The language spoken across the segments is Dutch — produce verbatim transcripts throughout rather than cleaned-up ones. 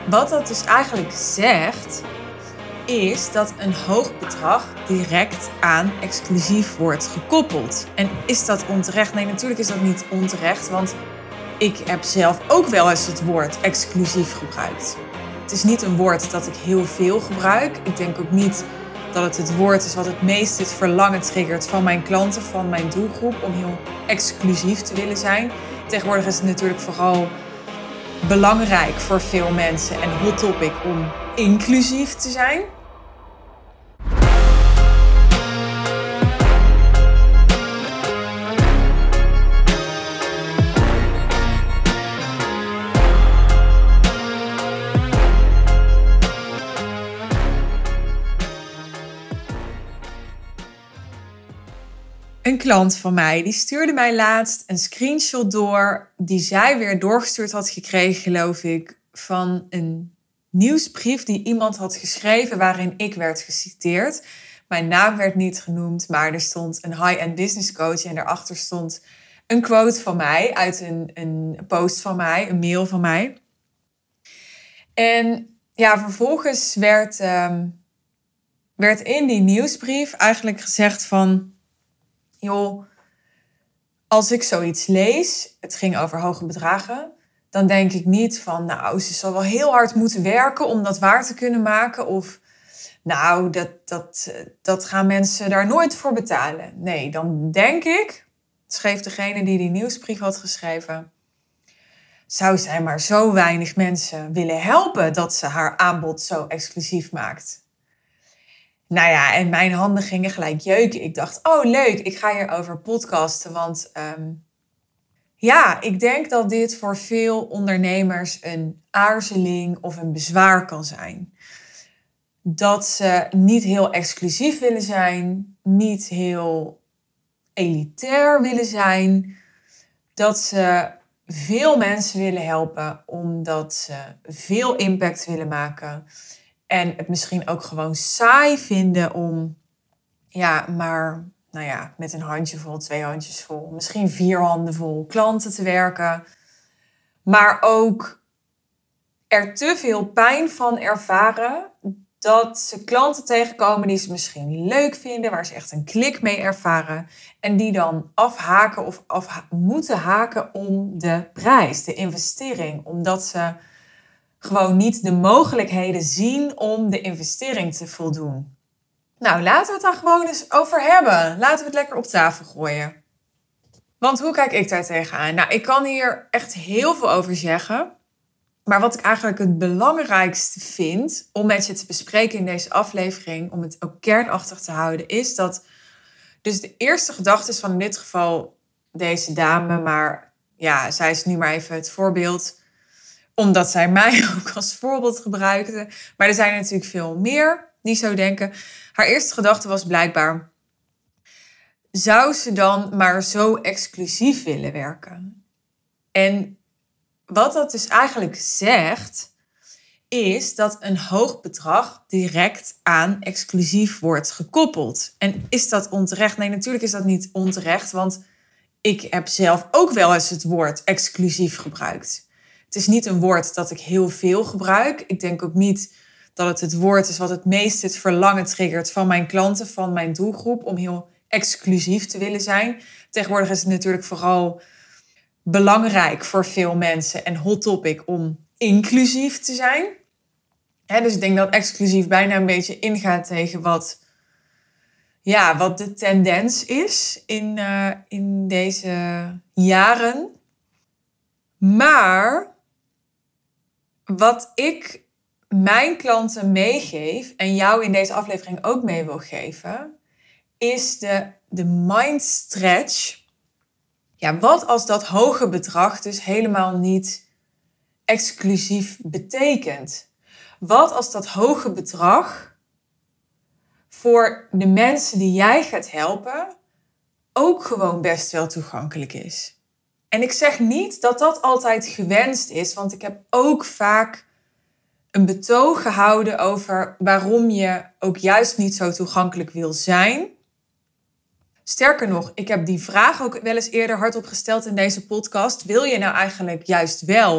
Wat dat dus eigenlijk zegt, is dat een hoog bedrag direct aan exclusief wordt gekoppeld. En is dat onterecht? Nee, natuurlijk is dat niet onterecht, want ik heb zelf ook wel eens het woord exclusief gebruikt. Het is niet een woord dat ik heel veel gebruik. Ik denk ook niet dat het het woord is wat het meest het verlangen triggert van mijn klanten, van mijn doelgroep, om heel exclusief te willen zijn. Tegenwoordig is het natuurlijk vooral belangrijk voor veel mensen en hot topic om inclusief te zijn. Een klant van mij die stuurde mij laatst een screenshot door die zij weer doorgestuurd had gekregen, geloof ik, van een nieuwsbrief die iemand had geschreven waarin ik werd geciteerd. Mijn naam werd niet genoemd, maar er stond een high-end business coach en daarachter stond een quote van mij uit een, een post van mij, een mail van mij. En ja, vervolgens werd, um, werd in die nieuwsbrief eigenlijk gezegd van, joh, als ik zoiets lees, het ging over hoge bedragen, dan denk ik niet van, nou, ze zal wel heel hard moeten werken om dat waar te kunnen maken. Of, nou, dat, dat, dat gaan mensen daar nooit voor betalen. Nee, dan denk ik, schreef degene die die nieuwsbrief had geschreven, zou zij maar zo weinig mensen willen helpen dat ze haar aanbod zo exclusief maakt. Nou ja, en mijn handen gingen gelijk jeuken. Ik dacht, oh leuk, ik ga hierover podcasten. Want um, ja, ik denk dat dit voor veel ondernemers een aarzeling of een bezwaar kan zijn. Dat ze niet heel exclusief willen zijn, niet heel elitair willen zijn. Dat ze veel mensen willen helpen omdat ze veel impact willen maken. En het misschien ook gewoon saai vinden om, ja, maar, nou ja, met een handje vol, twee handjes vol, misschien vier handen vol klanten te werken. Maar ook er te veel pijn van ervaren dat ze klanten tegenkomen die ze misschien leuk vinden, waar ze echt een klik mee ervaren. En die dan afhaken of af moeten haken om de prijs, de investering. Omdat ze gewoon niet de mogelijkheden zien om de investering te voldoen. Nou, laten we het daar gewoon eens over hebben. Laten we het lekker op tafel gooien. Want hoe kijk ik daar tegenaan? Nou, ik kan hier echt heel veel over zeggen. Maar wat ik eigenlijk het belangrijkste vind om met je te bespreken in deze aflevering, om het ook kernachtig te houden, is dat dus de eerste gedachte is van in dit geval deze dame, maar ja, zij is nu maar even het voorbeeld, omdat zij mij ook als voorbeeld gebruikte. Maar er zijn natuurlijk veel meer die zo denken. Haar eerste gedachte was blijkbaar, zou ze dan maar zo exclusief willen werken? En wat dat dus eigenlijk zegt, is dat een hoog bedrag direct aan exclusief wordt gekoppeld. En is dat onterecht? Nee, natuurlijk is dat niet onterecht, want ik heb zelf ook wel eens het woord exclusief gebruikt. Het is niet een woord dat ik heel veel gebruik. Ik denk ook niet dat het het woord is wat het meest het verlangen triggert van mijn klanten, van mijn doelgroep, om heel exclusief te willen zijn. Tegenwoordig is het natuurlijk vooral belangrijk voor veel mensen en hot topic om inclusief te zijn. He, dus ik denk dat exclusief bijna een beetje ingaat tegen wat, ja, wat de tendens is in, uh, in deze jaren. Maar wat ik mijn klanten meegeef en jou in deze aflevering ook mee wil geven, is de, de mind stretch. Ja, wat als dat hoge bedrag dus helemaal niet exclusief betekent? Wat als dat hoge bedrag voor de mensen die jij gaat helpen ook gewoon best wel toegankelijk is? En ik zeg niet dat dat altijd gewenst is, want ik heb ook vaak een betoog gehouden over waarom je ook juist niet zo toegankelijk wil zijn. Sterker nog, ik heb die vraag ook wel eens eerder hardop gesteld in deze podcast. Wil je nou eigenlijk juist wel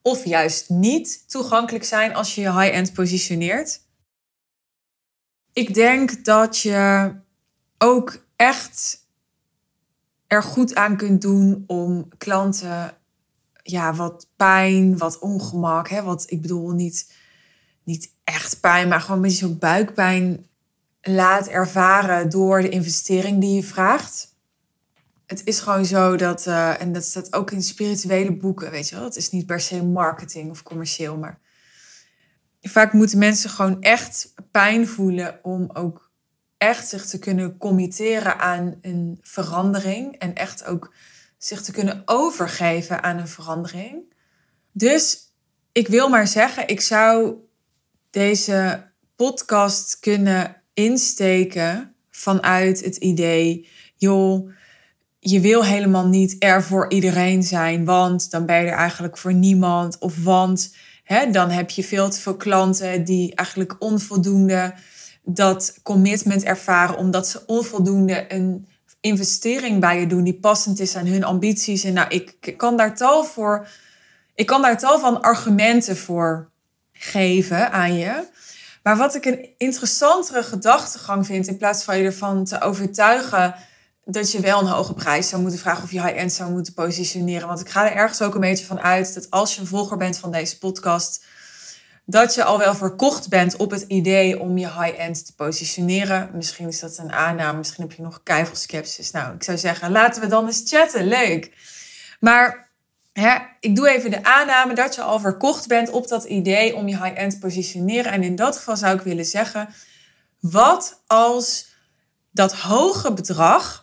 of juist niet toegankelijk zijn als je je high-end positioneert. Ik denk dat je ook echt er goed aan kunt doen om klanten ja, wat pijn, wat ongemak, hè, wat ik bedoel niet, niet echt pijn, maar gewoon een beetje zo'n buikpijn laat ervaren door de investering die je vraagt. Het is gewoon zo dat, uh, en dat staat ook in spirituele boeken, weet je wel. Het is niet per se marketing of commercieel, maar vaak moeten mensen gewoon echt pijn voelen om ook echt zich te kunnen committeren aan een verandering en echt ook zich te kunnen overgeven aan een verandering. Dus ik wil maar zeggen, ik zou deze podcast kunnen insteken vanuit het idee, joh, je wil helemaal niet er voor iedereen zijn, want dan ben je er eigenlijk voor niemand. Of want hè, dan heb je veel te veel klanten die eigenlijk onvoldoende dat commitment ervaren, omdat ze onvoldoende een investering bij je doen die passend is aan hun ambities. En nou, ik kan daar tal voor, ik kan daar tal van argumenten voor geven aan je. Maar wat ik een interessantere gedachtegang vind, in plaats van je ervan te overtuigen dat je wel een hoge prijs zou moeten vragen of je high-end zou moeten positioneren. Want ik ga er ergens ook een beetje van uit dat als je een volger bent van deze podcast, dat je al wel verkocht bent op het idee om je high-end te positioneren. Misschien is dat een aanname, misschien heb je nog keivelskepsis. Nou, ik zou zeggen, laten we dan eens chatten, leuk. Maar hè, ik doe even de aanname dat je al verkocht bent op dat idee om je high-end te positioneren. En in dat geval zou ik willen zeggen, wat als dat hoge bedrag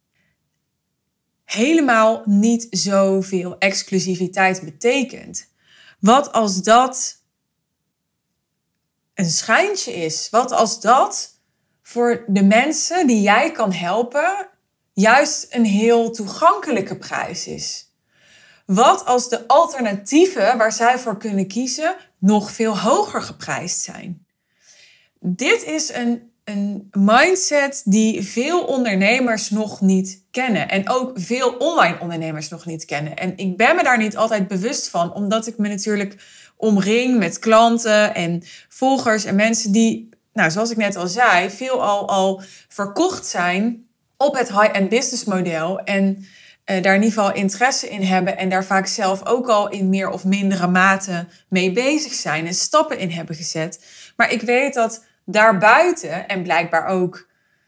helemaal niet zoveel exclusiviteit betekent? Wat als dat een schijntje is? Wat als dat voor de mensen die jij kan helpen juist een heel toegankelijke prijs is? Wat als de alternatieven waar zij voor kunnen kiezen nog veel hoger geprijsd zijn? Dit is een Een mindset die veel ondernemers nog niet kennen. En ook veel online ondernemers nog niet kennen. En ik ben me daar niet altijd bewust van. Omdat ik me natuurlijk omring met klanten en volgers. En mensen die, nou, zoals ik net al zei, veel al, al verkocht zijn op het high-end business model. En uh, daar in ieder geval interesse in hebben. En daar vaak zelf ook al in meer of mindere mate mee bezig zijn. En stappen in hebben gezet. Maar ik weet dat daarbuiten, en blijkbaar ook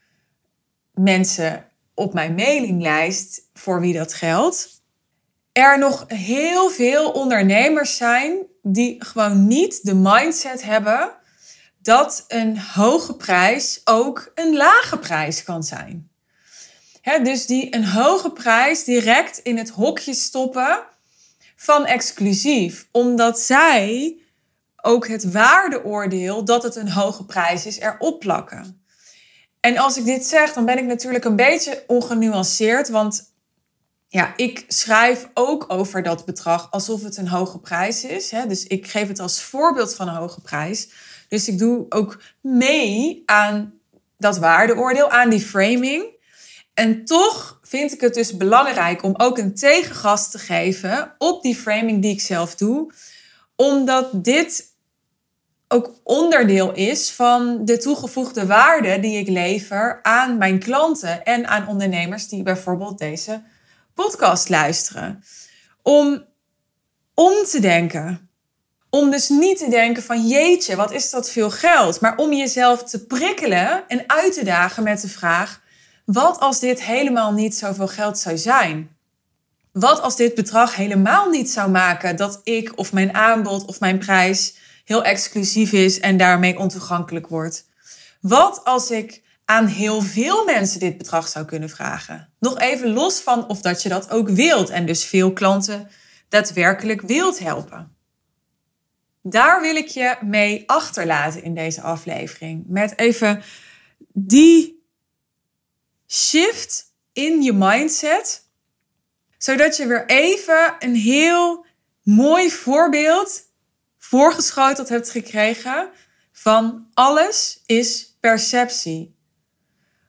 mensen op mijn mailinglijst voor wie dat geldt, er nog heel veel ondernemers zijn die gewoon niet de mindset hebben dat een hoge prijs ook een lage prijs kan zijn. He, dus die een hoge prijs direct in het hokje stoppen van exclusief, omdat zij ook het waardeoordeel dat het een hoge prijs is erop plakken. En als ik dit zeg, dan ben ik natuurlijk een beetje ongenuanceerd, want ja, ik schrijf ook over dat bedrag alsof het een hoge prijs is. Hè? Dus ik geef het als voorbeeld van een hoge prijs. Dus ik doe ook mee aan dat waardeoordeel, aan die framing. En toch vind ik het dus belangrijk om ook een tegengas te geven op die framing die ik zelf doe, omdat dit ook onderdeel is van de toegevoegde waarde die ik lever aan mijn klanten en aan ondernemers die bijvoorbeeld deze podcast luisteren. Om om te denken. Om dus niet te denken van jeetje, wat is dat veel geld? Maar om jezelf te prikkelen en uit te dagen met de vraag, wat als dit helemaal niet zoveel geld zou zijn? Wat als dit bedrag helemaal niet zou maken dat ik of mijn aanbod of mijn prijs heel exclusief is en daarmee ontoegankelijk wordt? Wat als ik aan heel veel mensen dit bedrag zou kunnen vragen? Nog even los van of dat je dat ook wilt en dus veel klanten daadwerkelijk wilt helpen. Daar wil ik je mee achterlaten in deze aflevering. Met even die shift in je mindset, zodat je weer even een heel mooi voorbeeld voorgeschoteld hebt gekregen van alles is perceptie.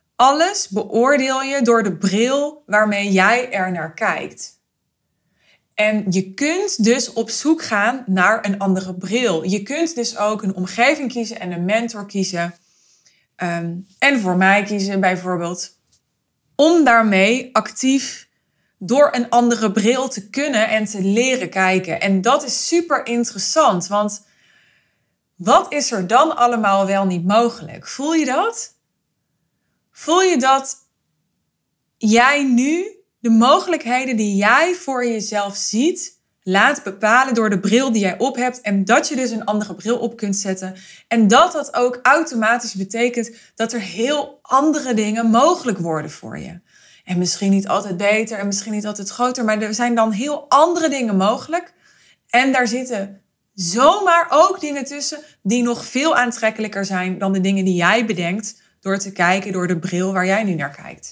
Alles beoordeel je door de bril waarmee jij er naar kijkt. En je kunt dus op zoek gaan naar een andere bril. Je kunt dus ook een omgeving kiezen en een mentor kiezen. Um, en voor mij kiezen bijvoorbeeld. Om daarmee actief door een andere bril te kunnen en te leren kijken. En dat is super interessant. Want wat is er dan allemaal wel niet mogelijk? Voel je dat? Voel je dat jij nu de mogelijkheden die jij voor jezelf ziet, laat bepalen door de bril die jij op hebt. En dat je dus een andere bril op kunt zetten. En dat dat ook automatisch betekent dat er heel andere dingen mogelijk worden voor je. En misschien niet altijd beter en misschien niet altijd groter. Maar er zijn dan heel andere dingen mogelijk. En daar zitten zomaar ook dingen tussen die nog veel aantrekkelijker zijn dan de dingen die jij bedenkt door te kijken door de bril waar jij nu naar kijkt.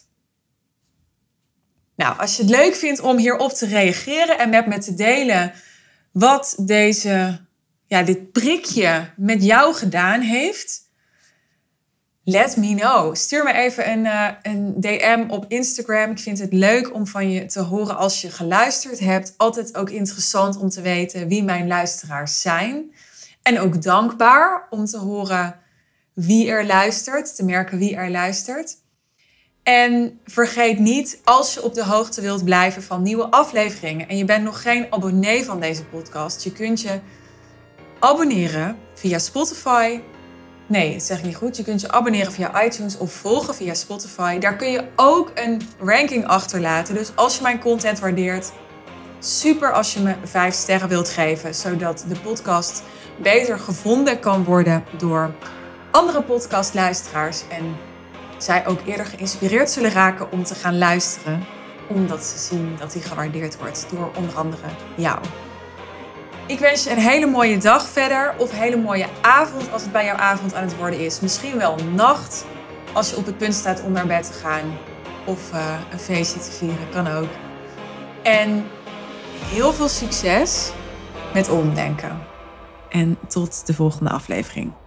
Nou, als je het leuk vindt om hierop te reageren en met me te delen wat deze, ja, dit prikje met jou gedaan heeft, let me know. Stuur me even een, uh, een D M op Instagram. Ik vind het leuk om van je te horen als je geluisterd hebt. Altijd ook interessant om te weten wie mijn luisteraars zijn. En ook dankbaar om te horen wie er luistert, te merken wie er luistert. En vergeet niet, als je op de hoogte wilt blijven van nieuwe afleveringen en je bent nog geen abonnee van deze podcast, je kunt je abonneren via Spotify. Nee, dat zeg ik niet goed. Je kunt je abonneren via iTunes of volgen via Spotify. Daar kun je ook een ranking achterlaten. Dus als je mijn content waardeert, super als je me vijf sterren wilt geven, zodat de podcast beter gevonden kan worden door andere podcastluisteraars en zij ook eerder geïnspireerd zullen raken om te gaan luisteren, omdat ze zien dat die gewaardeerd wordt door onder andere jou. Ik wens je een hele mooie dag verder of een hele mooie avond als het bij jouw avond aan het worden is. Misschien wel nacht als je op het punt staat om naar bed te gaan of uh, een feestje te vieren, kan ook. En heel veel succes met omdenken. En tot de volgende aflevering.